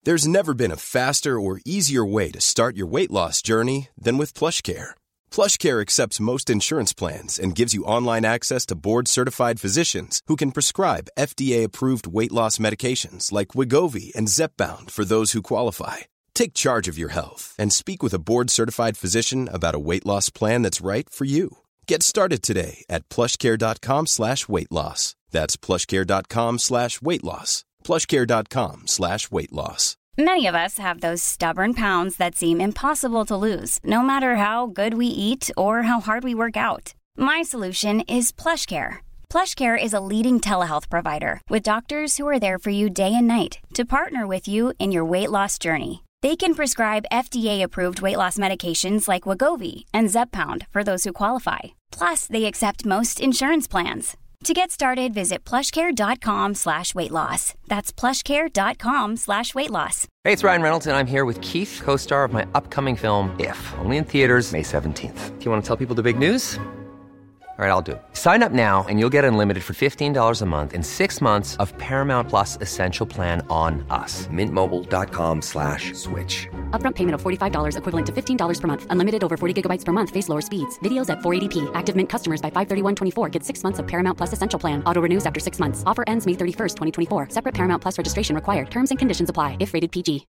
There's never been a faster or easier way to start your weight loss journey than with PlushCare. PlushCare accepts most insurance plans and gives you online access to board-certified physicians who can prescribe FDA-approved weight loss medications like Wegovy and Zepbound for those who qualify. Take charge of your health and speak with a board-certified physician about a weight loss plan that's right for you. Get started today at plushcare.com/weightloss. That's plushcare.com/weightloss. plushcare.com/weightloss. Many of us have those stubborn pounds that seem impossible to lose, no matter how good we eat or how hard we work out. My solution is PlushCare. PlushCare is a leading telehealth provider with doctors who are there for you day and night to partner with you in your weight loss journey. They can prescribe FDA-approved weight loss medications like Wegovy and Zepbound for those who qualify. Plus, they accept most insurance plans. To get started, visit plushcare.com/weightloss. That's plushcare.com/weightloss. Hey, it's Ryan Reynolds, and I'm here with Keith, co-star of my upcoming film, If, only in theaters May 17th. Do you want to tell people the big news? All right, I'll do it. Sign up now and you'll get unlimited for $15 a month and 6 months of Paramount Plus Essential Plan on us. MintMobile.com/switch. Upfront payment of $45 equivalent to $15 per month. Unlimited over 40 gigabytes per month. Face lower speeds. Videos at 480p. Active Mint customers by 531.24 get 6 months of Paramount Plus Essential Plan. Auto renews after 6 months. Offer ends May 31st, 2024. Separate Paramount Plus registration required. Terms and conditions apply if rated PG.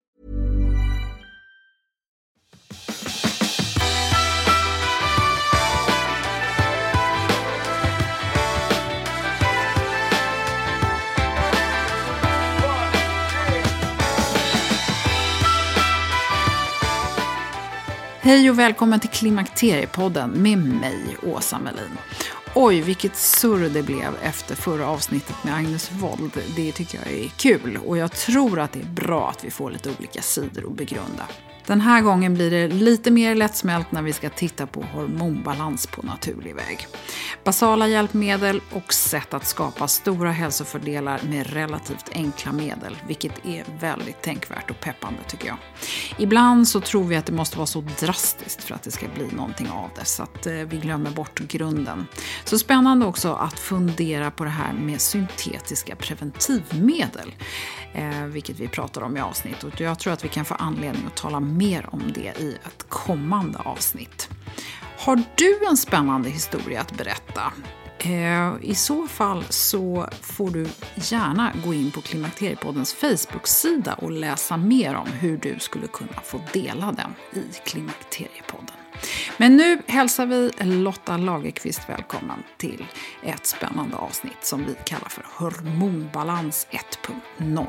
Hej och välkommen till Klimakteriepodden med mig, Åsa Melin. Oj, vilket surr det blev efter förra avsnittet med Agnes Wold. Det tycker jag är kul och jag tror att det är bra att vi får lite olika sidor att begrunda. Den här gången blir det lite mer lättsmält när vi ska titta på hormonbalans på naturlig väg. Basala hjälpmedel och sätt att skapa stora hälsofördelar med relativt enkla medel, vilket är väldigt tänkvärt och peppande tycker jag. Ibland så tror vi att det måste vara så drastiskt för att det ska bli någonting av det, så att vi glömmer bort grunden. Så spännande också att fundera på det här med syntetiska preventivmedel, vilket vi pratar om i avsnitt. Och jag tror att vi kan få anledning att tala mer om det i ett kommande avsnitt. Har du en spännande historia att berätta? I så fall så får du gärna gå in på Klimakteriepoddens Facebook-sida och läsa mer om hur du skulle kunna få dela den i Klimakteriepodden. Men nu hälsar vi Lotta Lagerqvist välkommen till ett spännande avsnitt som vi kallar för Hormonbalans 1.0.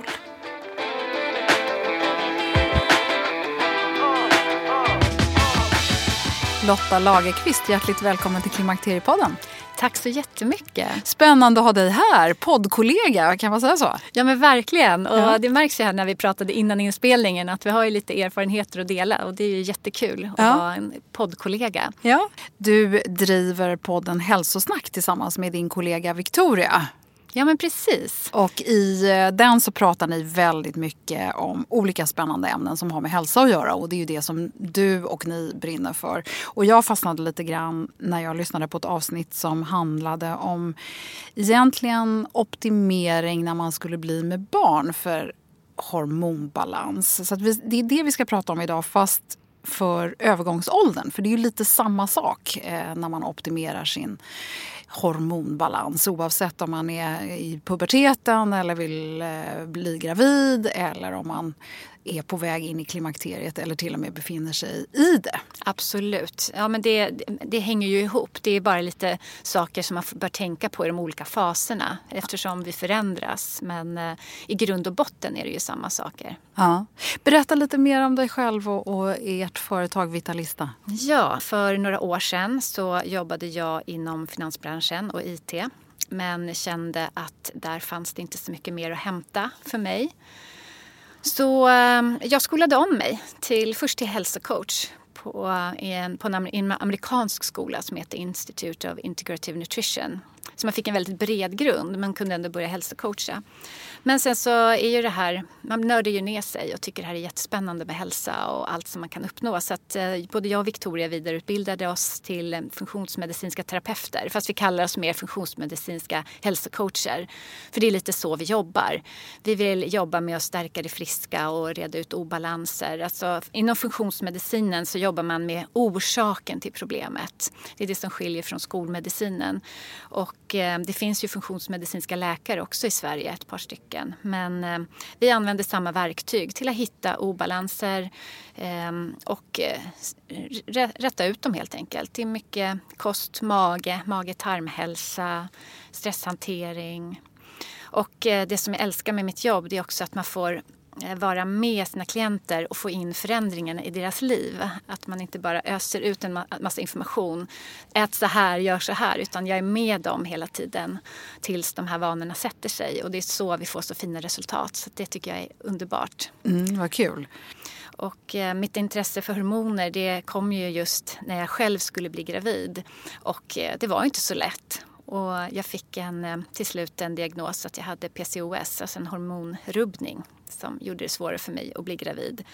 Lotta Lagerqvist, hjärtligt välkommen till Klimakteriepodden. Tack så jättemycket. Spännande att ha dig här, poddkollega, kan man säga så? Ja men verkligen, och det märks ju här när vi pratade innan inspelningen att vi har ju lite erfarenheter att dela och det är ju jättekul att ha en poddkollega. Ja. Du driver podden Hälsosnack tillsammans med din kollega Victoria. Ja men precis. Och i den så pratar ni väldigt mycket om olika spännande ämnen som har med hälsa att göra. Och det är ju det som du och ni brinner för. Och jag fastnade lite grann när jag lyssnade på ett avsnitt som handlade om egentligen optimering när man skulle bli med barn för hormonbalans. Så att det är det vi ska prata om idag, fast för övergångsåldern. För det är ju lite samma sak när man optimerar sin hormonbalans, oavsett om man är i puberteten eller vill bli gravid eller om man är på väg in i klimakteriet eller till och med befinner sig i det. Absolut. Ja, men det hänger ju ihop. Det är bara lite saker som man bör tänka på i de olika faserna eftersom vi förändras. Men i grund och botten är det ju samma saker. Ja. Berätta lite mer om dig själv och ert företag Vitalista. Ja, för några år sedan så jobbade jag inom finansbranschen och IT. Men kände att där fanns det inte så mycket mer att hämta för mig. Så jag skolade om mig först till hälsocoach på en amerikansk skola som heter Institute of Integrative Nutrition. Så man fick en väldigt bred grund men kunde ändå börja hälsocoacha. Men sen så är ju det här, man nördar ju ner sig och tycker det här är jättespännande med hälsa och allt som man kan uppnå. Så att både jag och Victoria vidareutbildade oss till funktionsmedicinska terapeuter. Fast vi kallar oss mer funktionsmedicinska hälsocoacher. För det är lite så vi jobbar. Vi vill jobba med att stärka det friska och reda ut obalanser. Alltså, inom funktionsmedicinen så jobbar man med orsaken till problemet. Det är det som skiljer från skolmedicinen. Och det finns ju funktionsmedicinska läkare också i Sverige, ett par stycken. Men vi använder samma verktyg till att hitta obalanser och rätta ut dem helt enkelt. Det är mycket kost, mage-tarmhälsa, stresshantering. Och det som jag älskar med mitt jobb, det är också att man får vara med sina klienter och få in förändringen i deras liv. Att man inte bara öser ut en massa information. Ät så här, gör så här. Utan jag är med dem hela tiden tills de här vanorna sätter sig. Och det är så vi får så fina resultat. Så det tycker jag är underbart. Vad kul. Och mitt intresse för hormoner, det kom ju just när jag själv skulle bli gravid. Och det var inte så lätt. Och jag fick till slut en diagnos att jag hade PCOS, alltså en hormonrubbning som gjorde det svårare för mig att bli gravid.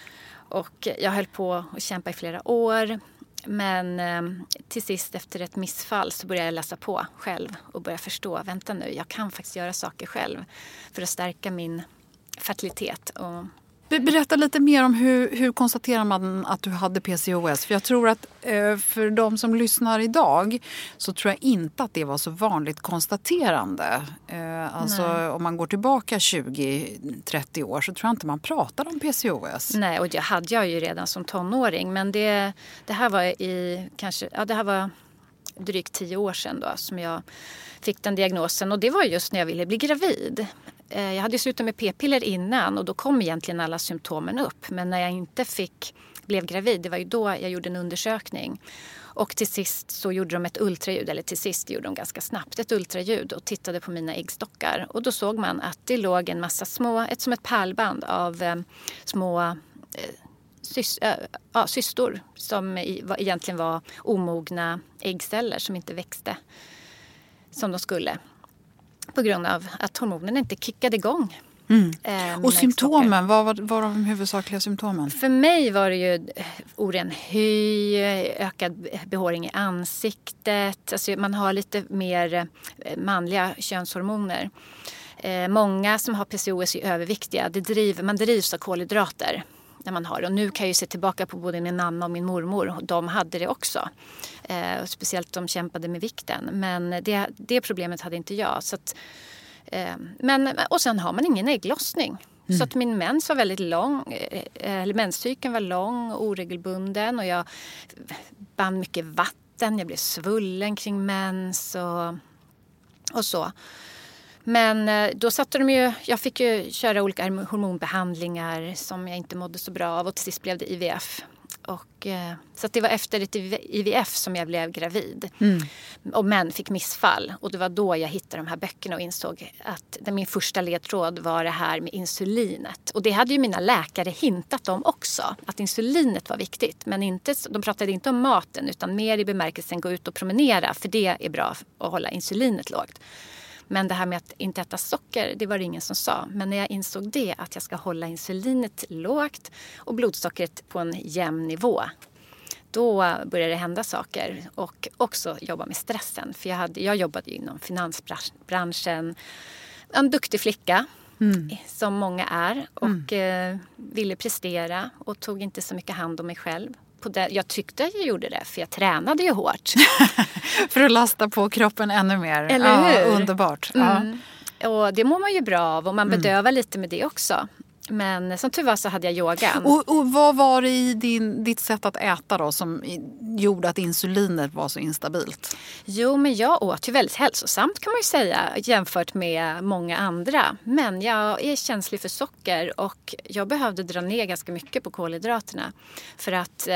Och jag höll på att kämpa i flera år. Men till sist efter ett missfall så började jag läsa på själv och började förstå, vänta nu, jag kan faktiskt göra saker själv för att stärka min fertilitet. Och berätta lite mer om hur konstaterar man att du hade PCOS? För jag tror att för de som lyssnar idag så tror jag inte att det var så vanligt konstaterande. Alltså om man går tillbaka 20-30 år så tror jag inte man pratar om PCOS. Nej, och det hade jag ju redan som tonåring. Men det här var det här var drygt 10 år sedan då som jag fick den diagnosen. Och det var just när jag ville bli gravid. Jag hade slutat med p-piller innan och då kom egentligen alla symptomen upp. Men när jag inte blev gravid, det var ju då jag gjorde en undersökning. Och till sist så gjorde de ett ultraljud, eller till sist gjorde de ganska snabbt ett ultraljud och tittade på mina äggstockar. Och då såg man att det låg en massa som ett pärlband av små cystor som egentligen var omogna äggceller som inte växte som de skulle. På grund av att hormonerna inte kickade igång. Och symptomen, vad var de huvudsakliga symptomen? För mig var det ju oren hy, ökad behåring i ansiktet. Alltså man har lite mer manliga könshormoner. Många som har PCOS är överviktiga. Man drivs av kolhydrater när man har det. Och nu kan jag ju se tillbaka på både min mamma och min mormor. De hade det också. Speciellt de kämpade med vikten. Men det problemet hade inte jag. Så att, och sen har man ingen ägglossning. Så att min mens var väldigt lång. Eller menscykeln var lång och oregelbunden. Och jag band mycket vatten. Jag blev svullen kring mens och så. Men då satte jag fick ju köra olika hormonbehandlingar som jag inte mådde så bra av och till sist blev det IVF. Så att det var efter ett IVF som jag blev gravid. Och men fick missfall. Och det var då jag hittade de här böckerna och insåg att min första ledtråd var det här med insulinet. Och det hade ju mina läkare hintat om också. Att insulinet var viktigt. Men de pratade inte om maten utan mer i bemärkelsen gå ut och promenera. För det är bra att hålla insulinet lågt. Men det här med att inte äta socker, det var det ingen som sa. Men när jag insåg det, att jag ska hålla insulinet lågt och blodsockret på en jämn nivå. Då började det hända saker och också jobba med stressen. För jag jobbade ju inom finansbranschen. En duktig flicka, som många är. Och ville prestera och tog inte så mycket hand om mig själv. Jag tyckte jag gjorde det, för jag tränade ju hårt. För att lasta på kroppen ännu mer. Eller hur? Ja, underbart. Och det mår man ju bra av och man bedövar lite med det också. Men som tur var så hade jag yogan. Och vad var det i ditt sätt att äta då som gjorde att insulinet var så instabilt? Jo, men jag åt ju väldigt hälsosamt kan man ju säga jämfört med många andra. Men jag är känslig för socker och jag behövde dra ner ganska mycket på kolhydraterna. För att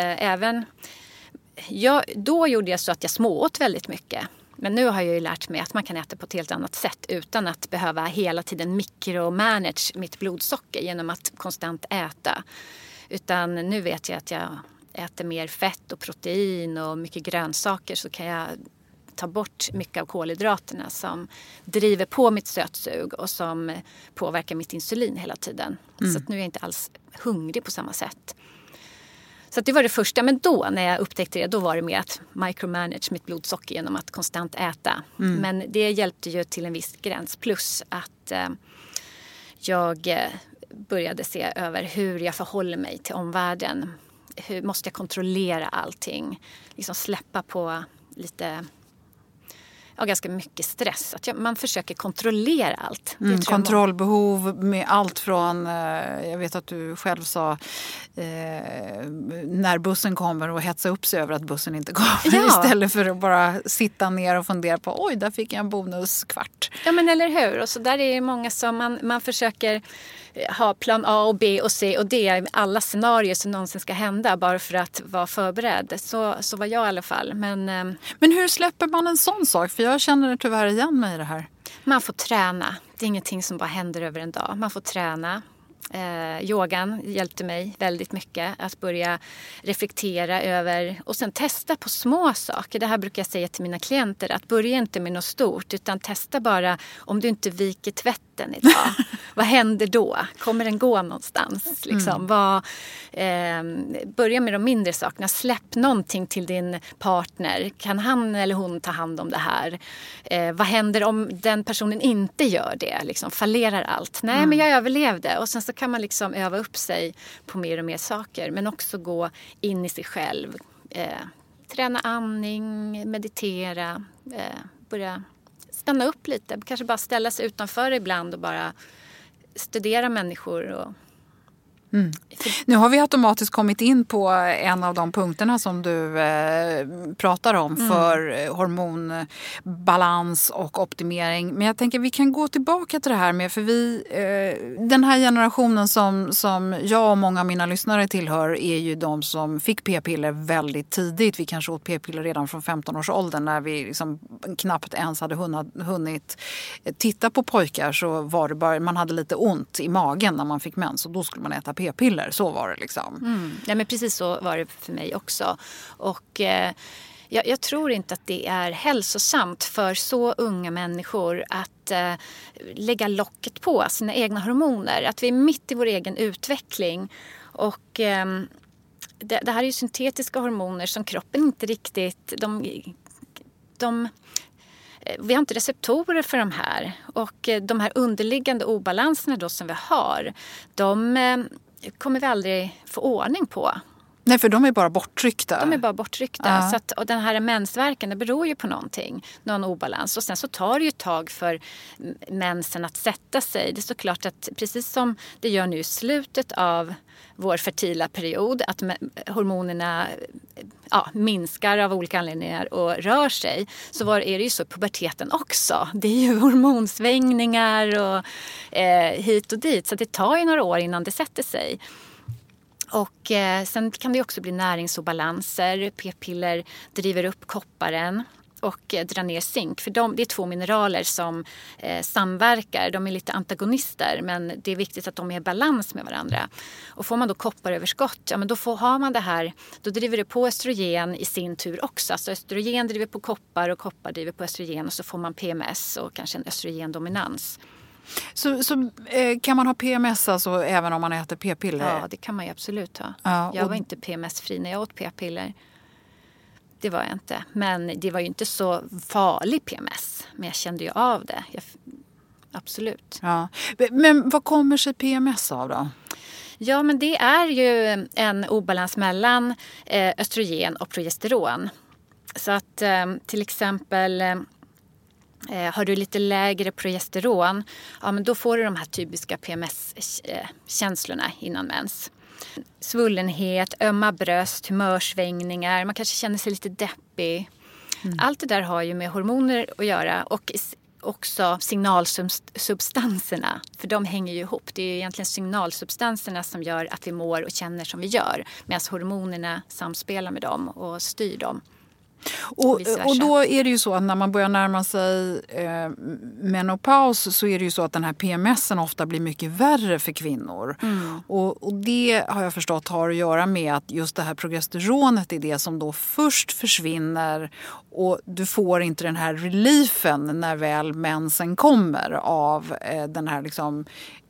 då gjorde jag så att jag smååt väldigt mycket. Men nu har jag ju lärt mig att man kan äta på ett helt annat sätt utan att behöva hela tiden mikromanage mitt blodsocker genom att konstant äta. Utan nu vet jag att jag äter mer fett och protein och mycket grönsaker så kan jag ta bort mycket av kolhydraterna som driver på mitt sötsug och som påverkar mitt insulin hela tiden. Så att nu är jag inte alls hungrig på samma sätt. Så att det var det första, men då när jag upptäckte det, då var det mer att micromanage mitt blodsocker genom att konstant äta. Men det hjälpte ju till en viss gräns, plus att jag började se över hur jag förhåller mig till omvärlden. Hur måste jag kontrollera allting? Liksom släppa på lite, ganska mycket stress. Att man försöker kontrollera allt. Kontrollbehov med allt från, jag vet att du själv sa, när bussen kommer och hetsa upp sig över att bussen inte kommer. Istället för att bara sitta ner och fundera på, oj, där fick jag en bonuskvart. Ja, men eller hur? Och så där är det många som man försöker ha plan A och B och C och D i alla scenarier som någonsin ska hända bara för att vara förberedd. Så var jag i alla fall. Men hur släpper man en sån sak? För jag känner tyvärr igen mig i det här. Man får träna. Det är ingenting som bara händer över en dag. Man får träna. Yogan hjälpte mig väldigt mycket att börja reflektera över och sen testa på små saker. Det här brukar jag säga till mina klienter, att börja inte med något stort utan testa bara om du inte viker tvätten idag. Vad händer då? Kommer den gå någonstans? Liksom? Börja med de mindre sakerna. Släpp någonting till din partner. Kan han eller hon ta hand om det här? Vad händer om den personen inte gör det? Liksom, fallerar allt? Nej, men jag överlevde. Och sen så kan man liksom öva upp sig på mer och mer saker. Men också gå in i sig själv. Träna andning, meditera. Börja stanna upp lite. Kanske bara ställa sig utanför ibland och bara studera människor. Och Nu har vi automatiskt kommit in på en av de punkterna som du pratar om för hormonbalans och optimering. Men jag tänker vi kan gå tillbaka till det här med, för den här generationen som jag och många av mina lyssnare tillhör är ju de som fick p-piller väldigt tidigt. Vi kanske åt p-piller redan från 15-årsåldern när vi liksom knappt ens hade hunnit titta på pojkar, så var det bara, man hade lite ont i magen när man fick mens och då skulle man äta p-piller, så var det liksom. Ja, men precis så var det för mig också. Och jag tror inte att det är hälsosamt för så unga människor att lägga locket på sina egna hormoner. Att vi är mitt i vår egen utveckling. Och det här är ju syntetiska hormoner som kroppen inte riktigt... Vi har inte receptorer för de här. Och de här underliggande obalanserna då som vi har, de kommer vi aldrig få ordning på. Nej, för de är bara borttryckta. De är bara borttryckta. Ja. Så att, och den här mensvärken, det beror ju på någonting. Någon obalans. Och sen så tar det ju ett tag för mensen att sätta sig. Det är såklart att precis som det gör nu i slutet av vår fertila period, att hormonerna minskar av olika anledningar och rör sig, så är det ju så i puberteten också. Det är ju hormonsvängningar och hit och dit. Så det tar ju några år innan det sätter sig. Och sen kan det också bli näringsobalanser. P-piller driver upp kopparen och drar ner zink. För det är två mineraler som samverkar. De är lite antagonister, men det är viktigt att de är i balans med varandra. Och får man då kopparöverskott, men då har man det här, då driver det på östrogen i sin tur också. Alltså östrogen driver på koppar och koppar driver på östrogen, och så får man PMS och kanske en östrogendominans. Så kan man ha PMS alltså även om man äter p-piller? Ja, det kan man ju absolut ha. Ja, jag var inte PMS-fri när jag åt p-piller. Det var jag inte. Men det var ju inte så farlig PMS. Men jag kände ju av det. Absolut. Ja. Men vad kommer sig PMS av då? Ja, men det är ju en obalans mellan östrogen och progesteron. Så att till exempel... har du lite lägre progesteron, men då får du de här typiska PMS-känslorna innan mens. Svullenhet, ömma bröst, humörsvängningar, man kanske känner sig lite deppig. Allt det där har ju med hormoner att göra, och också signalsubstanserna, för de hänger ju ihop. Det är ju egentligen signalsubstanserna som gör att vi mår och känner som vi gör, medan hormonerna samspelar med dem och styr dem. Och då är det ju så att när man börjar närma sig menopaus så är det ju så att den här PMSen ofta blir mycket värre för kvinnor. Och det har jag förstått har att göra med att just det här progesteronet är det som då först försvinner och du får inte den här reliefen när väl mensen kommer av den här liksom,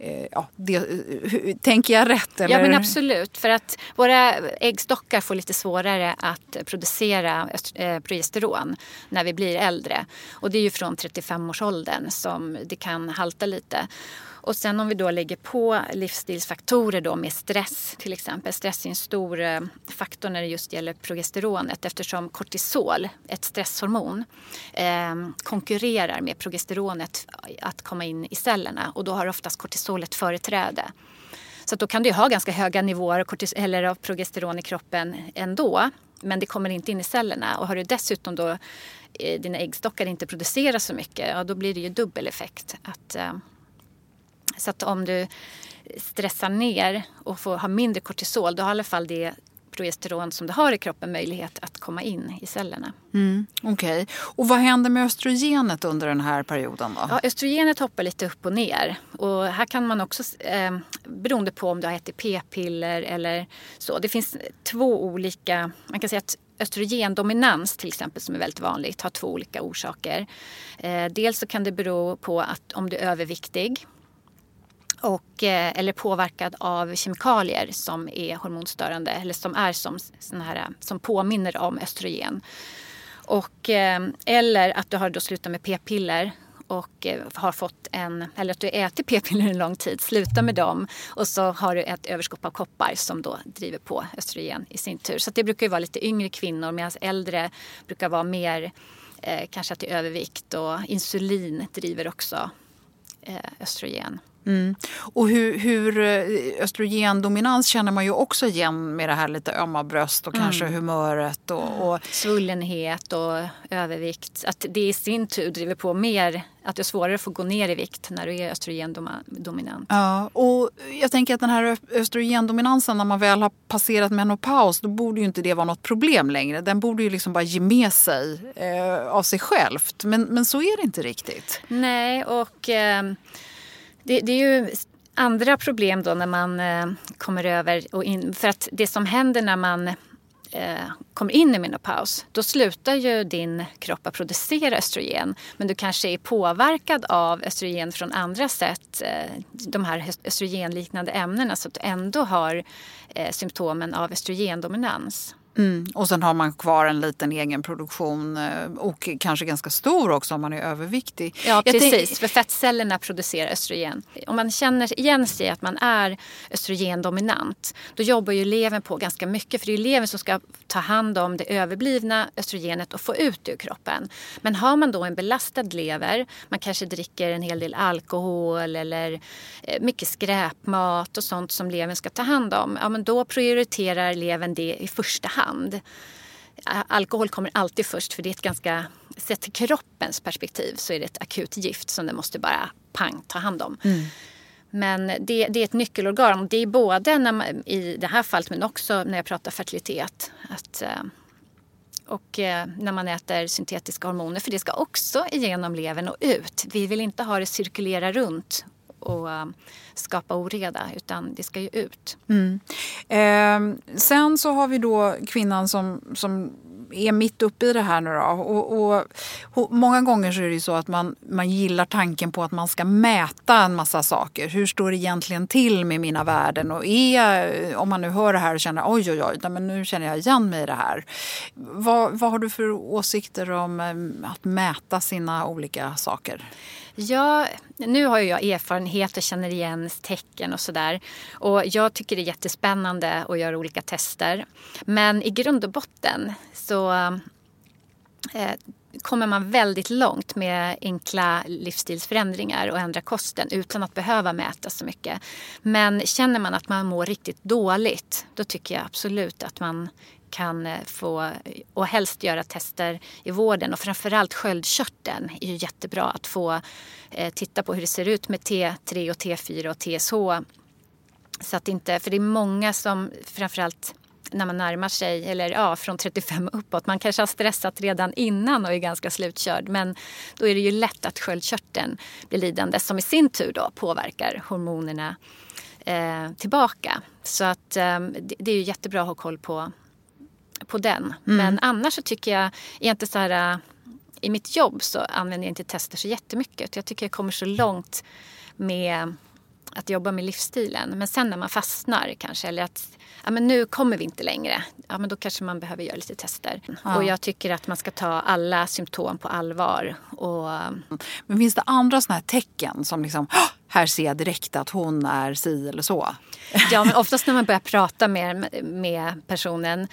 tänker jag rätt? Eller? Ja men absolut, för att våra äggstockar får lite svårare att producera progesteron när vi blir äldre. Och det är ju från 35-årsåldern som det kan halta lite. Och sen om vi då lägger på livsstilsfaktorer då med stress till exempel. Stress är en stor faktor när det just gäller progesteronet eftersom kortisol, ett stresshormon, konkurrerar med progesteronet att komma in i cellerna. Och då har oftast kortisolet företräde. Så då kan du ha ganska höga nivåer av progesteron i kroppen ändå. Men det kommer inte in i cellerna. Och har du dessutom då dina äggstockar inte producerar så mycket, ja, då blir det ju dubbel effekt. Så att om du stressar ner och får ha mindre kortisol, då har i alla fall det progesteron som du har i kroppen möjlighet att komma in i cellerna. Okej. Och vad händer med östrogenet under den här perioden då? Ja, östrogenet hoppar lite upp och ner. Och här kan man också, beroende på om du har ätit p-piller eller så. Det finns två olika, man kan säga att östrogendominans till exempel som är väldigt vanligt har två olika orsaker. Dels så kan det bero på att om du är överviktig eller påverkad av kemikalier som är hormonstörande eller som är som påminner om östrogen. Eller att du har då slutat med p-piller och har fått eller att du äter p-piller en lång tid, sluta med dem och så har du ett överskott av koppar som då driver på östrogen i sin tur. Så det brukar ju vara lite yngre kvinnor medan äldre brukar vara mer kanske att det är övervikt och insulin driver också östrogen. Och hur östrogendominans känner man ju också igen med det här lite ömma bröst och kanske humöret och svullenhet och övervikt. Att det i sin tur driver på mer att det är svårare att få gå ner i vikt när du är östrogendominant. Ja, och jag tänker att den här östrogendominansen när man väl har passerat menopaus, då borde ju inte det vara något problem längre. Den borde ju liksom bara ge med sig av sig självt. Men så är det inte riktigt. Nej, och det är ju andra problem då när man kommer över. För att det som händer när man kommer in i menopaus, då slutar ju din kropp att producera östrogen. Men du kanske är påverkad av östrogen från andra sätt. De här östrogenliknande ämnena så att du ändå har symptomen av östrogendominans. Och sen har man kvar en liten egen produktion och kanske ganska stor också om man är överviktig. Ja, precis. För fettcellerna producerar östrogen. Om man känner igen sig att man är östrogendominant, då jobbar ju levern på ganska mycket. För det är levern som ska ta hand om det överblivna östrogenet och få ut det ur kroppen. Men har man då en belastad lever, man kanske dricker en hel del alkohol eller mycket skräpmat och sånt som levern ska ta hand om, ja, men då prioriterar levern det i första hand. Alkohol kommer alltid först för det är ett ganska, sett till kroppens perspektiv så är det ett akut gift som det måste bara ta hand om. Men det är ett nyckelorgan. Det är både i det här fallet men också när jag pratar fertilitet och när man äter syntetiska hormoner för det ska också igenom levern och ut. Vi vill inte ha det cirkulera runt och skapa oreda utan det ska ju ut. Sen så har vi då kvinnan som är mitt uppe i det här nu då. Och många gånger så är det ju så att man gillar tanken på att man ska mäta en massa saker. Hur står det egentligen till med mina värden? Och om man nu hör det här och känner oj, men nu känner jag igen mig i det här. Vad har du för åsikter om att mäta sina olika saker? Ja, nu har jag erfarenhet och känner igen tecken och sådär. Och jag tycker det är jättespännande att göra olika tester. Men i grund och botten så kommer man väldigt långt med enkla livsstilsförändringar och ändra kosten utan att behöva mäta så mycket. Men känner man att man mår riktigt dåligt, då tycker jag absolut att man kan få och helst göra tester i vården och framförallt sköldkörteln är ju jättebra att få titta på hur det ser ut med T3 och T4 och TSH så att inte, för det är många som framförallt när man närmar sig, eller från 35 uppåt. Man kanske har stressat redan innan och är ganska slutkörd. Men då är det ju lätt att sköldkörteln blir lidande, som i sin tur då påverkar hormonerna tillbaka. Så att det är ju jättebra att ha koll på den. Men annars så tycker jag inte så här, i mitt jobb så använder jag inte tester så jättemycket. Jag tycker jag kommer så långt med att jobba med livsstilen. Men sen när man fastnar kanske, eller att men nu kommer vi inte längre. Ja, men då kanske man behöver göra lite tester. Ja. Och jag tycker att man ska ta alla symptom på allvar. Men finns det andra såna här tecken som liksom, här ser jag direkt att hon är si eller så? Ja, men oftast när man börjar prata med personen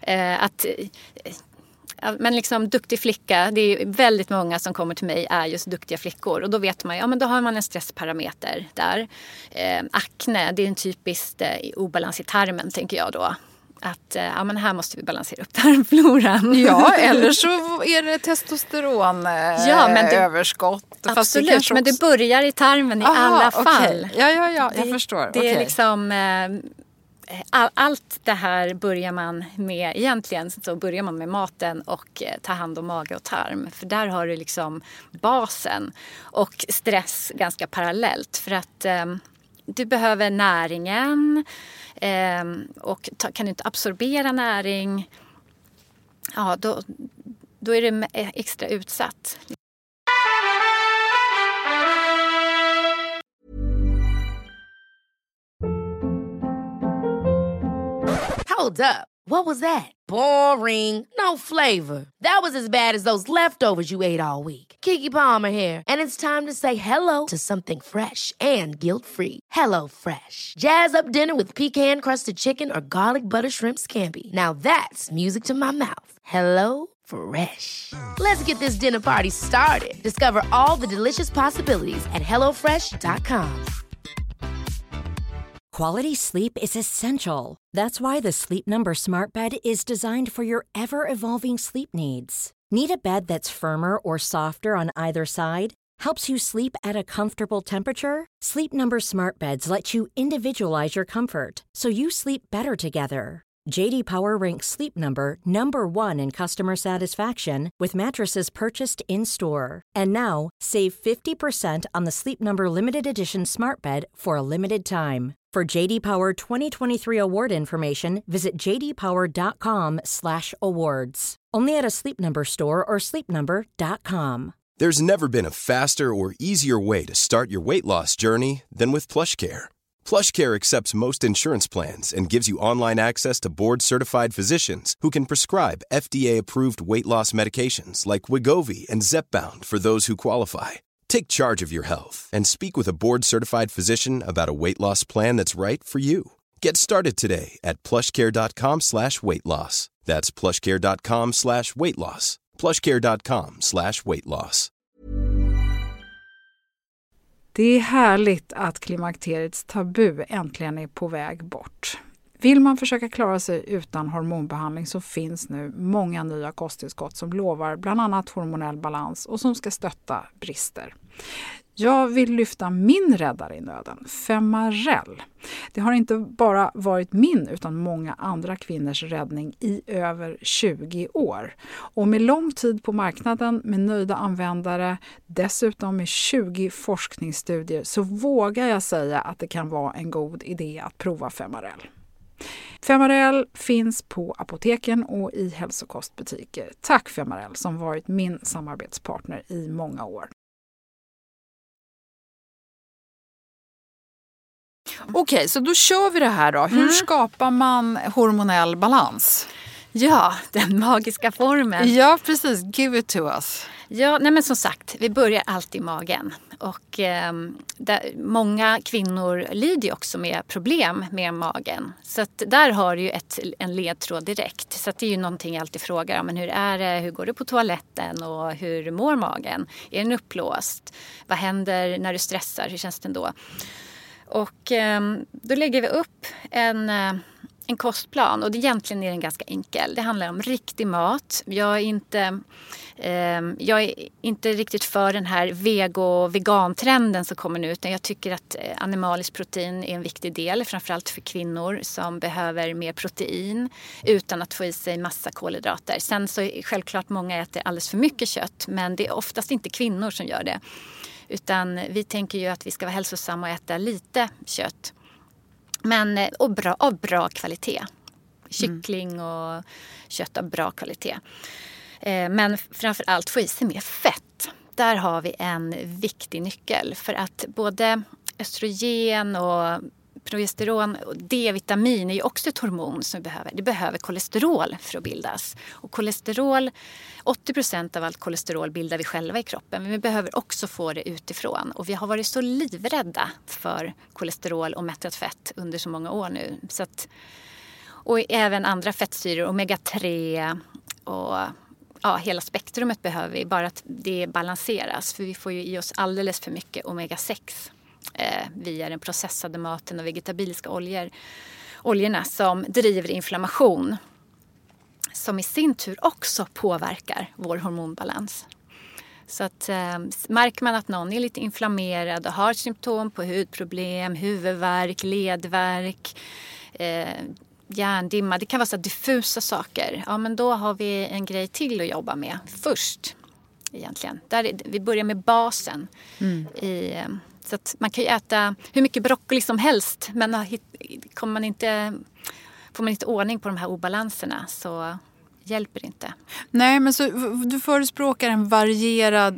men liksom duktig flicka, det är väldigt många som kommer till mig är just duktiga flickor. Och då vet man ju, men då har man en stressparameter där. Akne, det är en typisk obalans i tarmen, tänker jag då. Att men här måste vi balansera upp tarmfloran. Ja, eller så är det testosteron överskott. Absolut, men det börjar i tarmen i alla fall. Ja, jag förstår. Det är liksom... Allt det här börjar man med, egentligen så börjar man med maten och ta hand om mage och tarm. För där har du liksom basen, och stress ganska parallellt. För att du behöver näringen, och kan du inte absorbera näring, då är det extra utsatt. Hold up. What was that? Boring. No flavor. That was as bad as those leftovers you ate all week. Keke Palmer here, and it's time to say hello to something fresh and guilt-free. Hello Fresh. Jazz up dinner with pecan-crusted chicken or garlic butter shrimp scampi. Now that's music to my mouth. Hello Fresh. Let's get this dinner party started. Discover all the delicious possibilities at hellofresh.com. Quality sleep is essential. That's why the Sleep Number Smart Bed is designed for your ever-evolving sleep needs. Need a bed that's firmer or softer on either side? Helps you sleep at a comfortable temperature? Sleep Number Smart Beds let you individualize your comfort, so you sleep better together. JD Power ranks Sleep Number #1 in customer satisfaction with mattresses purchased in-store. And now, save 50% on the Sleep Number Limited Edition Smart Bed for a limited time. For JD Power 2023 award information, visit jdpower.com/awards. Only at a Sleep Number store or sleepnumber.com. There's never been a faster or easier way to start your weight loss journey than with PlushCare. PlushCare accepts most insurance plans and gives you online access to board-certified physicians who can prescribe FDA-approved weight loss medications like Wegovy and Zepbound for those who qualify. Take charge of your health and speak with a board-certified physician about a weight loss plan that's right for you. Get started today at plushcare.com/weightloss. That's plushcare.com/weightloss. plushcare.com/weightloss. Det är härligt att klimakteriets tabu äntligen är på väg bort. Vill man försöka klara sig utan hormonbehandling så finns nu många nya kosttillskott som lovar bland annat hormonell balans och som ska stötta brister. Jag vill lyfta min räddare i nöden, Femarel. Det har inte bara varit min utan många andra kvinnors räddning i över 20 år. Och med lång tid på marknaden, med nöjda användare, dessutom med 20 forskningsstudier, så vågar jag säga att det kan vara en god idé att prova Femarel. Femarel finns på apoteken och i hälsokostbutiker. Tack Femarel som varit min samarbetspartner i många år. Okej, så då kör vi det här då. Hur skapar man hormonell balans? Ja, den magiska formeln. Ja, precis. Give it to us. Ja, nej men som sagt, vi börjar alltid i magen. Och många kvinnor lider ju också med problem med magen. Så att där har du ju en ledtråd direkt. Så att det är ju någonting jag alltid frågar. Men hur är det? Hur går det på toaletten? Och hur mår magen? Är den upplåst? Vad händer när du stressar? Hur känns den då? Och då lägger vi upp en en kostplan, och egentligen är den ganska enkel. Det handlar om riktig mat. Jag är inte riktigt för den här vegantrenden som kommer nu, utan jag tycker att animaliskt protein är en viktig del, framförallt för kvinnor som behöver mer protein utan att få i sig massa kolhydrater. Sen så är självklart många äter alldeles för mycket kött, men det är oftast inte kvinnor som gör det. Utan vi tänker ju att vi ska vara hälsosamma och äta lite kött. Men av bra kvalitet. Kyckling och kött av bra kvalitet. Men framför allt få i sig mer fett. Där har vi en viktig nyckel. För att både östrogen och progesteron och D-vitamin är ju också ett hormon som vi behöver. Det behöver kolesterol för att bildas. Och kolesterol, 80% av allt kolesterol bildar vi själva i kroppen. Men vi behöver också få det utifrån. Och vi har varit så livrädda för kolesterol och mättat fett under så många år nu. Så att, och även andra fettsyror, omega-3 och hela spektrumet behöver vi. Bara att det balanseras. För vi får ju i oss alldeles för mycket omega-6. Via den processade maten och vegetabiliska oljorna som driver inflammation, som i sin tur också påverkar vår hormonbalans. Så att märker man att någon är lite inflammerad och har symptom på hudproblem, huvudvärk, ledvärk, hjärndimma, det kan vara så diffusa saker. Ja, men då har vi en grej till att jobba med först egentligen. Vi börjar med basen så att man kan ju äta hur mycket broccoli som helst, men får man inte ordning på de här obalanserna så hjälper det inte. Nej, men så du förespråkar en varierad,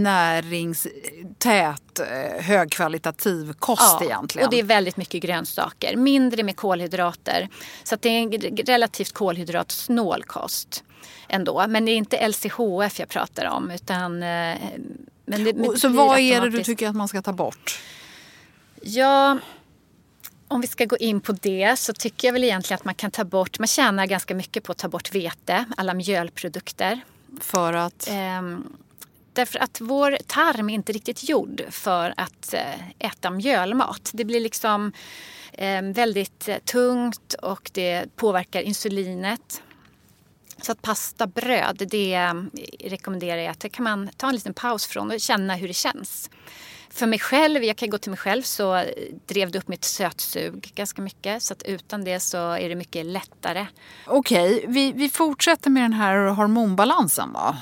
näringstät, högkvalitativ kost egentligen. Och det är väldigt mycket grönsaker. Mindre med kolhydrater. Så att det är en relativt kolhydratsnål kost ändå. Men det är inte LCHF jag pratar om, utan... så vad är det du tycker att man ska ta bort? Ja, om vi ska gå in på det så tycker jag väl egentligen att man kan ta bort... Man tjänar ganska mycket på att ta bort vete, alla mjölprodukter. För att? Därför att vår tarm är inte riktigt gjord för att äta mjölmat. Det blir liksom väldigt tungt och det påverkar insulinet. Så att pasta, bröd, det rekommenderar jag att det kan man ta en liten paus från och känna hur det känns. För mig själv, jag kan gå till mig själv, så drev det upp mitt sötsug ganska mycket. Så att utan det så är det mycket lättare. Okej, vi fortsätter med den här hormonbalansen va?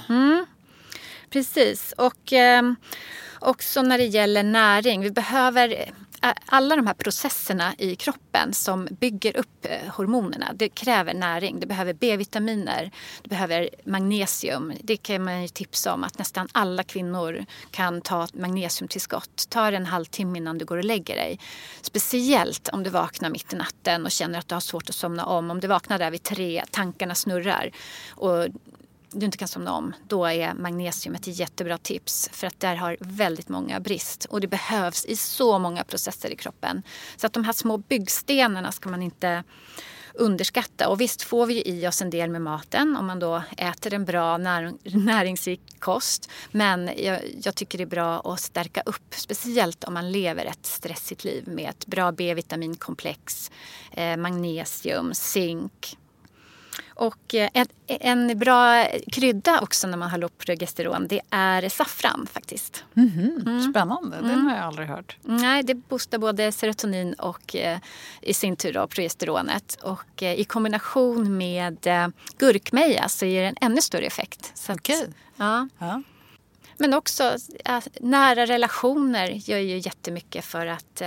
Precis, och också när det gäller näring. Vi behöver alla de här processerna i kroppen som bygger upp hormonerna. Det kräver näring. Det behöver B-vitaminer, det behöver magnesium. Det kan man ju tipsa om att nästan alla kvinnor kan ta magnesiumtillskott. Ta det en halvtimme innan du går och lägger dig. Speciellt om du vaknar mitt i natten och känner att du har svårt att somna om. Om du vaknar där vid 3, tankarna snurrar och du inte kan somna om, då är magnesium ett jättebra tips. För att där har väldigt många brist. Och det behövs i så många processer i kroppen. Så att de här små byggstenarna ska man inte underskatta. Och visst får vi ju i oss en del med maten om man då äter en bra näringsrik kost. Men jag tycker det är bra att stärka upp. Speciellt om man lever ett stressigt liv med ett bra B-vitaminkomplex, magnesium, zink. Och en bra krydda också när man har lågt progesteron, det är saffran faktiskt. Spännande, den har jag aldrig hört. Nej, det boostar både serotonin och i sin tur då progesteronet. Och i kombination med gurkmeja så ger det en ännu större effekt. Okej. Ja. Men också nära relationer gör ju jättemycket för att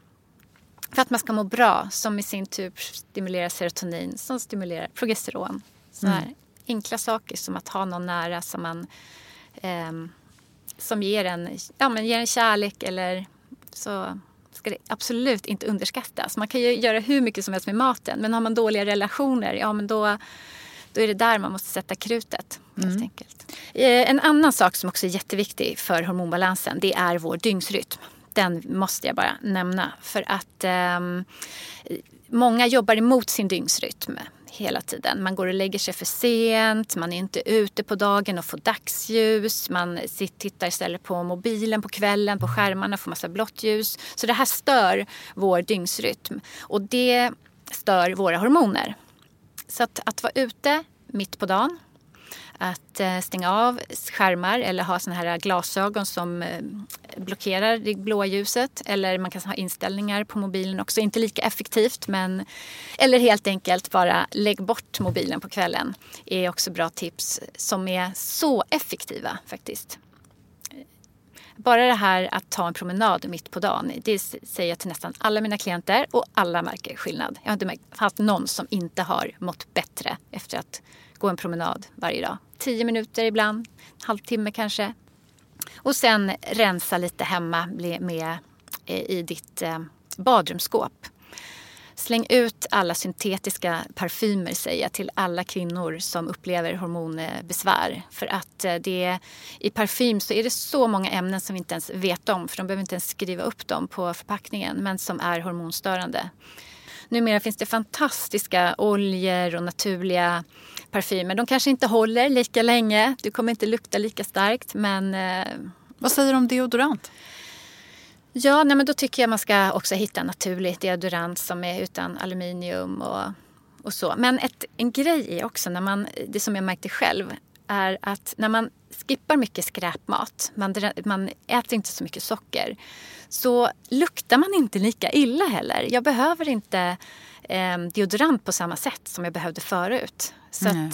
man ska må bra, som i sin tur stimulerar serotonin, som stimulerar progesteron. Så här enkla saker som att ha någon nära som man som ger en kärlek, eller så ska det absolut inte underskattas. Man kan ju göra hur mycket som helst med maten, men har man dåliga relationer, men då är det där man måste sätta krutet helt enkelt. En annan sak som också är jätteviktig för hormonbalansen, det är vår dygnsrytm. Den måste jag bara nämna, för att många jobbar emot sin dygnsrytm hela tiden. Man går och lägger sig för sent, man är inte ute på dagen och får dagsljus, man tittar istället på mobilen på kvällen, på skärmarna får massa blått ljus. Så det här stör vår dygnsrytm, och det stör våra hormoner. Så att vara ute mitt på dagen, att stänga av skärmar eller ha såna här glasögon som blockerar det blåa ljuset. Eller man kan ha inställningar på mobilen också, inte lika effektivt. Eller helt enkelt bara lägg bort mobilen på kvällen är också bra tips som är så effektiva faktiskt. Bara det här att ta en promenad mitt på dagen, det säger jag till nästan alla mina klienter och alla märker skillnad. Jag har inte haft någon som inte har mått bättre efter att gå en promenad varje dag. 10 minuter ibland, halvtimme kanske. Och sen rensa lite hemma i ditt badrumsskåp. Släng ut alla syntetiska parfymer, säger jag till alla kvinnor som upplever hormonbesvär. För att i parfym så är det så många ämnen som vi inte ens vet om. För de behöver inte ens skriva upp dem på förpackningen, men som är hormonstörande. Numera finns det fantastiska oljor och naturliga parfymer. De kanske inte håller lika länge. Du kommer inte lukta lika starkt, men... Vad säger du om deodorant? Ja, men då tycker jag man ska också hitta naturlig deodorant som är utan aluminium och så. Men en grej är också, det som jag märkte själv, är att när man skippar mycket skräpmat, man äter inte så mycket socker, så luktar man inte lika illa heller. Jag behöver inte deodorant på samma sätt som jag behövde förut. Så att,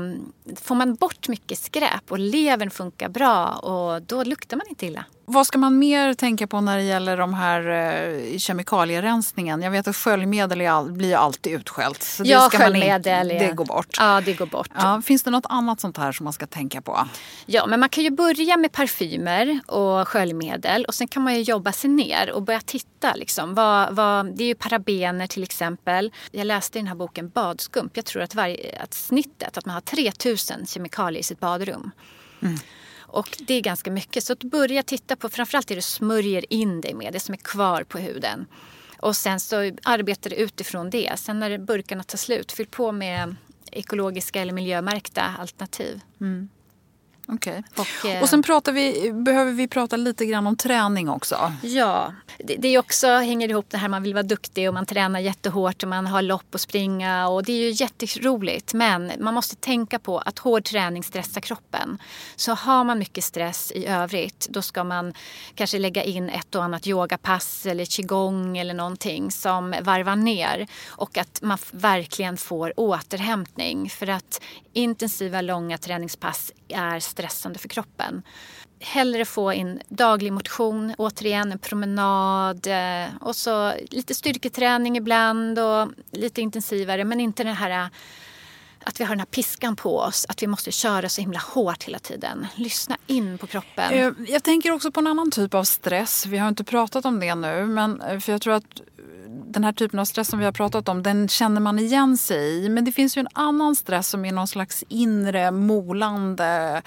får man bort mycket skräp och levern funkar bra, och då luktar man inte illa. Vad ska man mer tänka på när det gäller de här kemikalierensningen? Jag vet att sköljmedel blir alltid utskällt. Så ja, det sköljmedel. Det går bort. Ja, det går bort. Ja, finns det något annat sånt här som man ska tänka på? Ja, men man kan ju börja med parfymer och sköljmedel. Och sen kan man ju jobba sig ner och börja titta. Liksom. Det är ju parabener till exempel. Jag läste i den här boken Badskump. Jag tror att snittet, att man har 3000 kemikalier i sitt badrum. Mm. Och det är ganska mycket. Så att börja titta på framförallt det du smörjer in dig med, det som är kvar på huden. Och sen så arbetar du utifrån det. Sen när burkarna tar slut, fyll på med ekologiska eller miljömärkta alternativ. Mm. Okej. Och sen behöver vi prata lite grann om träning också. Ja, det är också, hänger ihop det här, man vill vara duktig och man tränar jättehårt och man har lopp och springa, och det är ju jätteroligt, men man måste tänka på att hård träning stressar kroppen. Så har man mycket stress i övrigt, då ska man kanske lägga in ett och annat yogapass eller qigong eller någonting som varvar ner, och att man verkligen får återhämtning, för att intensiva långa träningspass är stressande för kroppen. Hellre få in daglig motion, återigen en promenad och så lite styrketräning ibland och lite intensivare, men inte den här att vi har den här piskan på oss, att vi måste köra så himla hårt hela tiden. Lyssna in på kroppen. Jag tänker också på en annan typ av stress. Vi har inte pratat om det nu, men för jag tror att den här typen av stress som vi har pratat om, den känner man igen sig i. Men det finns ju en annan stress som är någon slags inre molande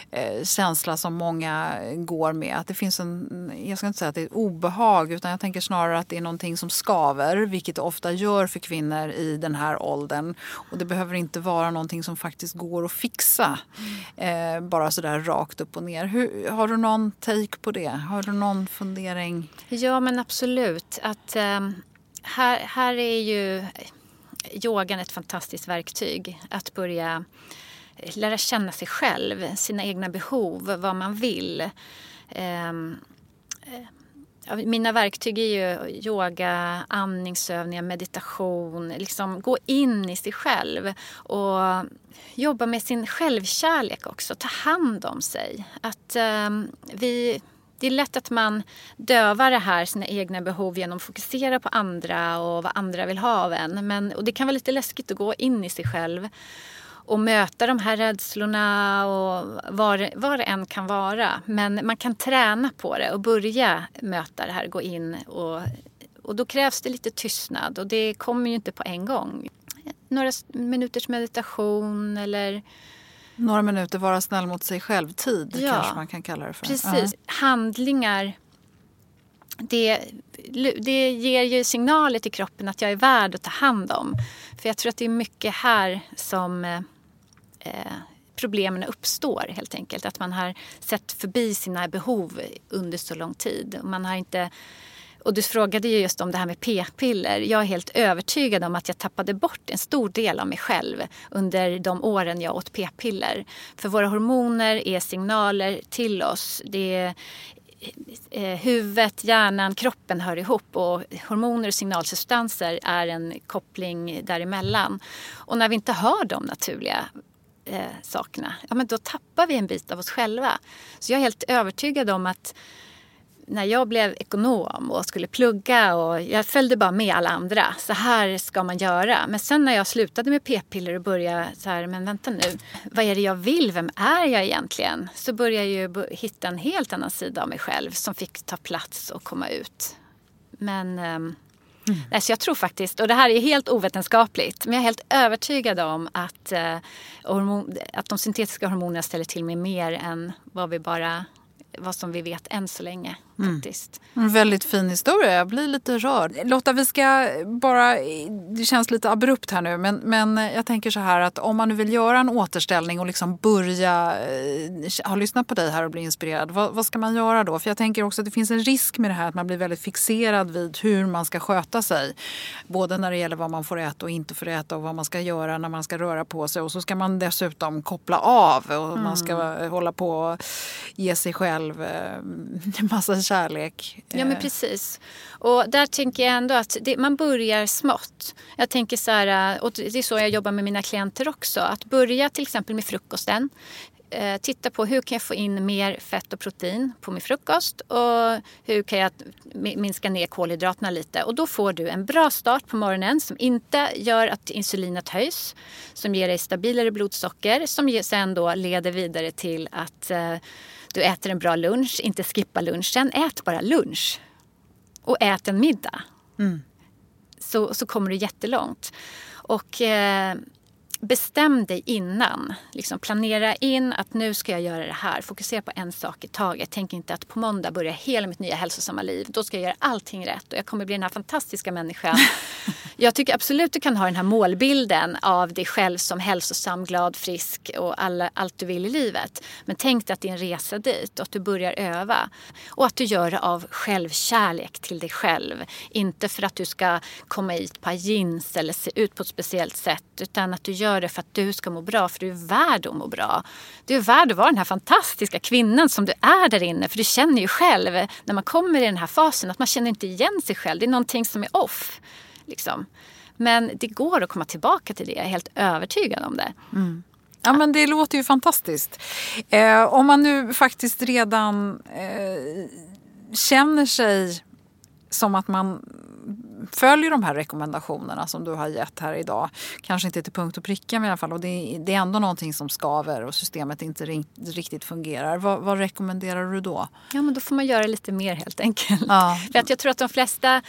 känsla som många går med. Att det finns jag ska inte säga att det är ett obehag, utan jag tänker snarare att det är någonting som skaver, vilket det ofta gör för kvinnor i den här åldern. Och det behöver inte vara någonting som faktiskt går att fixa. Bara sådär rakt upp och ner. Har du någon take på det? Har du någon fundering? Ja, men absolut. Att... Här är ju yogan ett fantastiskt verktyg att börja lära känna sig själv, sina egna behov, vad man vill. Mina verktyg är ju yoga, andningsövningar, meditation, liksom gå in i sig själv och jobba med sin självkärlek också, ta hand om sig. Att det är lätt att man dövar det här, sina egna behov, genom att fokusera på andra och vad andra vill ha av en. Och det kan vara lite läskigt att gå in i sig själv och möta de här rädslorna och vad det än kan vara. Men man kan träna på det och börja möta det här, gå in. Och då krävs det lite tystnad, och det kommer ju inte på en gång. Några minuters meditation eller... Några minuter vara snäll mot sig själv. Tid kanske man kan kalla det för. Precis. Handlingar, det ger ju signaler till kroppen att jag är värd att ta hand om. För jag tror att det är mycket här som problemen uppstår helt enkelt. Att man har sett förbi sina behov under så lång tid. Man har inte Och du frågade ju just om det här med p-piller. Jag är helt övertygad om att jag tappade bort en stor del av mig själv under de åren jag åt p-piller. För våra hormoner är signaler till oss. Det är huvudet, hjärnan, kroppen hör ihop och hormoner och signalsubstanser är en koppling däremellan. Och när vi inte hör de naturliga sakerna, ja, men då tappar vi en bit av oss själva. Så jag är helt övertygad om att när jag blev ekonom och skulle plugga och jag följde bara med alla andra. Så här ska man göra. Men sen när jag slutade med p-piller och började så här, men vänta nu. Vad är det jag vill? Vem är jag egentligen? Så började jag ju hitta en helt annan sida av mig själv som fick ta plats och komma ut. Men nej, så jag tror faktiskt, och det här är helt ovetenskapligt, men jag är helt övertygad om att de syntetiska hormonerna ställer till med mer än vad som vi vet än så länge faktiskt. En väldigt fin historia. Jag blir lite rörd. Lotta, vi ska bara... Det känns lite abrupt här nu, men jag tänker så här att om man nu vill göra en återställning och liksom börja ha lyssnat på dig här och bli inspirerad, vad ska man göra då? För jag tänker också att det finns en risk med det här att man blir väldigt fixerad vid hur man ska sköta sig. Både när det gäller vad man får äta och inte får äta och vad man ska göra när man ska röra på sig. Och så ska man dessutom koppla av och man ska hålla på och ge sig själv en massa kärlek. Ja, men precis. Och där tänker jag ändå att man börjar smått. Jag tänker så här, och det är så jag jobbar med mina klienter också, att börja till exempel med frukosten. Titta på hur kan jag få in mer fett och protein på min frukost och hur kan jag minska ner kolhydraterna lite. Och då får du en bra start på morgonen som inte gör att insulinet höjs, som ger dig stabilare blodsocker, som sen då leder vidare till att du äter en bra lunch, inte skippa lunchen, ät bara lunch och ät en middag. Så kommer du jättelångt. Och bestäm dig innan. Liksom planera in att nu ska jag göra det här. Fokusera på en sak i taget. Tänk inte att på måndag börjar hela mitt nya hälsosamma liv. Då ska jag göra allting rätt och jag kommer bli den här fantastiska människan. Jag tycker absolut du kan ha den här målbilden av dig själv som hälsosam, glad, frisk och allt du vill i livet. Men tänk dig att det är en resa dit och att du börjar öva. Och att du gör det av självkärlek till dig själv. Inte för att du ska komma i ett par jeans eller se ut på ett speciellt sätt. Utan att du gör det för att du ska må bra. För du är värd att må bra. Du är värd att vara den här fantastiska kvinnan som du är där inne. För du känner ju själv när man kommer i den här fasen att man känner inte igen sig själv. Det är någonting som är off. Liksom. Men det går att komma tillbaka till det. Jag är helt övertygad om det. Ja, men det låter ju fantastiskt. Om man nu faktiskt redan känner sig som att man följer de här rekommendationerna som du har gett här idag. Kanske inte till punkt och pricka, men i alla fall. Och det är ändå någonting som skaver och systemet inte riktigt fungerar. Vad rekommenderar du då? Ja, men då får man göra lite mer helt enkelt. Ja. För att jag tror att de flesta,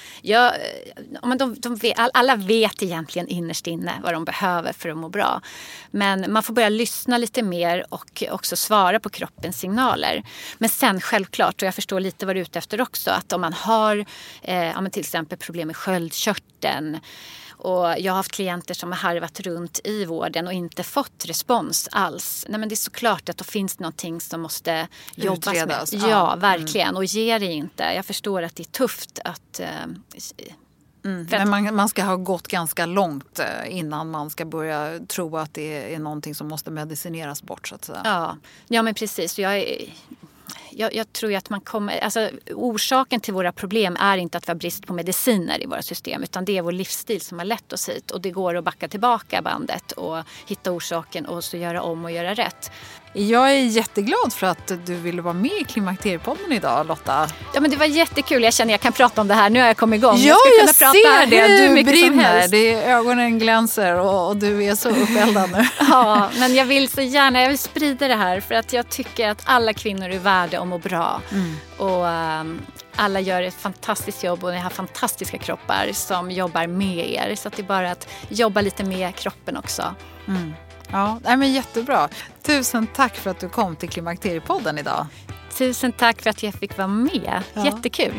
alla vet egentligen innerst inne vad de behöver för att må bra. Men man får börja lyssna lite mer och också svara på kroppens signaler. Men sen självklart, och jag förstår lite vad du är ute efter också, att om man har till exempel problem med sköldkörteln. Och jag har haft klienter som har harvat runt i vården och inte fått respons alls. Nej, men det är såklart att då finns det någonting som måste jobbas med. Ja, verkligen. Och ge det inte. Jag förstår att det är tufft att... Men man ska ha gått ganska långt innan man ska börja tro att det är någonting som måste medicineras bort, så att säga. Ja, men precis. Jag tror ju att man kommer... Alltså, orsaken till våra problem är inte att vi har brist på mediciner i våra system, utan det är vår livsstil som har lett oss hit. Och det går att backa tillbaka bandet och hitta orsaken och så göra om och göra rätt. Jag är jätteglad för att du ville vara med i Klimakteriepodden idag, Lotta. Ja, men det var jättekul. Jag känner att jag kan prata om det här. Nu har jag kommit igång. Ja, jag ser det. Du brinner. Det är ögonen glänser och du är så uppeldad nu. Ja, men jag vill så gärna. Jag vill sprida det här för att jag tycker att alla kvinnor är värda att må bra. Och alla gör ett fantastiskt jobb och ni har fantastiska kroppar som jobbar med er. Så att det är bara att jobba lite med kroppen också. Ja, men jättebra. Tusen tack för att du kom till Klimakteriepodden idag. Tusen tack för att jag fick vara med. Ja. Jättekul.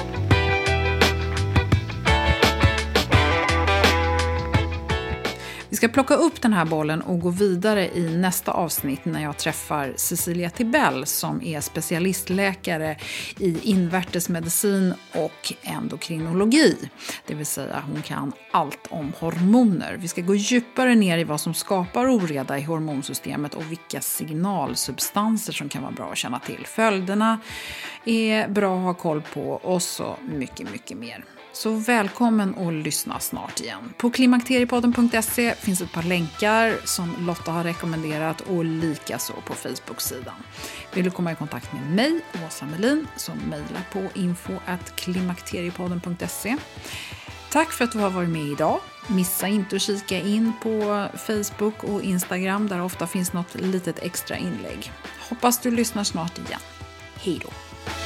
Vi Vi ska plocka upp den här bollen och gå vidare i nästa avsnitt när jag träffar Cecilia Tibell som är specialistläkare i invärtesmedicin och endokrinologi. Det vill säga hon kan allt om hormoner. Vi ska gå djupare ner i vad som skapar oreda i hormonsystemet och vilka signalsubstanser som kan vara bra att känna till. Följderna är bra att ha koll på och så mycket, mycket mer. Så välkommen och lyssna snart igen. På klimakteriepodden.se finns ett par länkar som Lotta har rekommenderat och likaså på Facebook-sidan. Vill du komma i kontakt med mig, Åsa Melin, så mejla på info@klimakteriepodden.se. Tack för att du har varit med idag. Missa inte att kika in på Facebook och Instagram där ofta finns något litet extra inlägg. Hoppas du lyssnar snart igen. Hej då!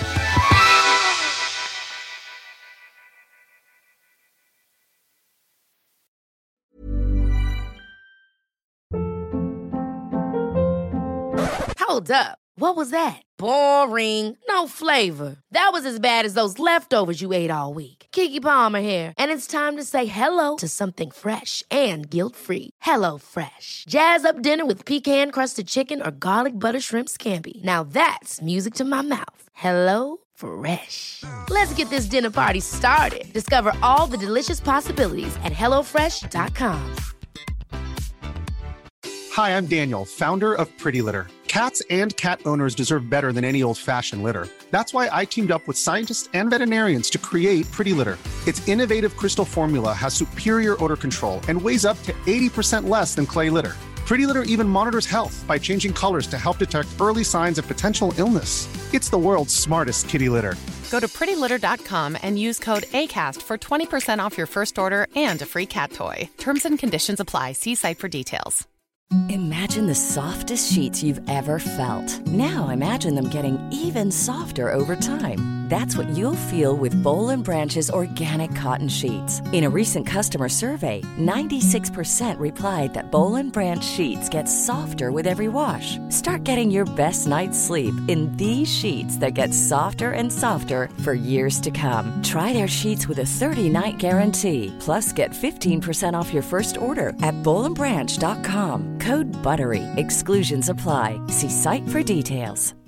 Hold up. What was that? Boring. No flavor. That was as bad as those leftovers you ate all week. Keke Palmer here, and it's time to say hello to something fresh and guilt-free. Hello Fresh. Jazz up dinner with pecan-crusted chicken or garlic butter shrimp scampi. Now that's music to my mouth. Hello Fresh. Let's get this dinner party started. Discover all the delicious possibilities at hellofresh.com. Hi, I'm Daniel, founder of Pretty Litter. Cats and cat owners deserve better than any old-fashioned litter. That's why I teamed up with scientists and veterinarians to create Pretty Litter. Its innovative crystal formula has superior odor control and weighs up to 80% less than clay litter. Pretty Litter even monitors health by changing colors to help detect early signs of potential illness. It's the world's smartest kitty litter. Go to prettylitter.com and use code ACAST for 20% off your first order and a free cat toy. Terms and conditions apply. See site for details. Imagine the softest sheets you've ever felt. Now imagine them getting even softer over time. That's what you'll feel with Boll & Branch's organic cotton sheets. In a recent customer survey, 96% replied that Boll & Branch sheets get softer with every wash. Start getting your best night's sleep in these sheets that get softer and softer for years to come. Try their sheets with a 30-night guarantee. Plus, get 15% off your first order at bollandbranch.com. Code BUTTERY. Exclusions apply. See site for details.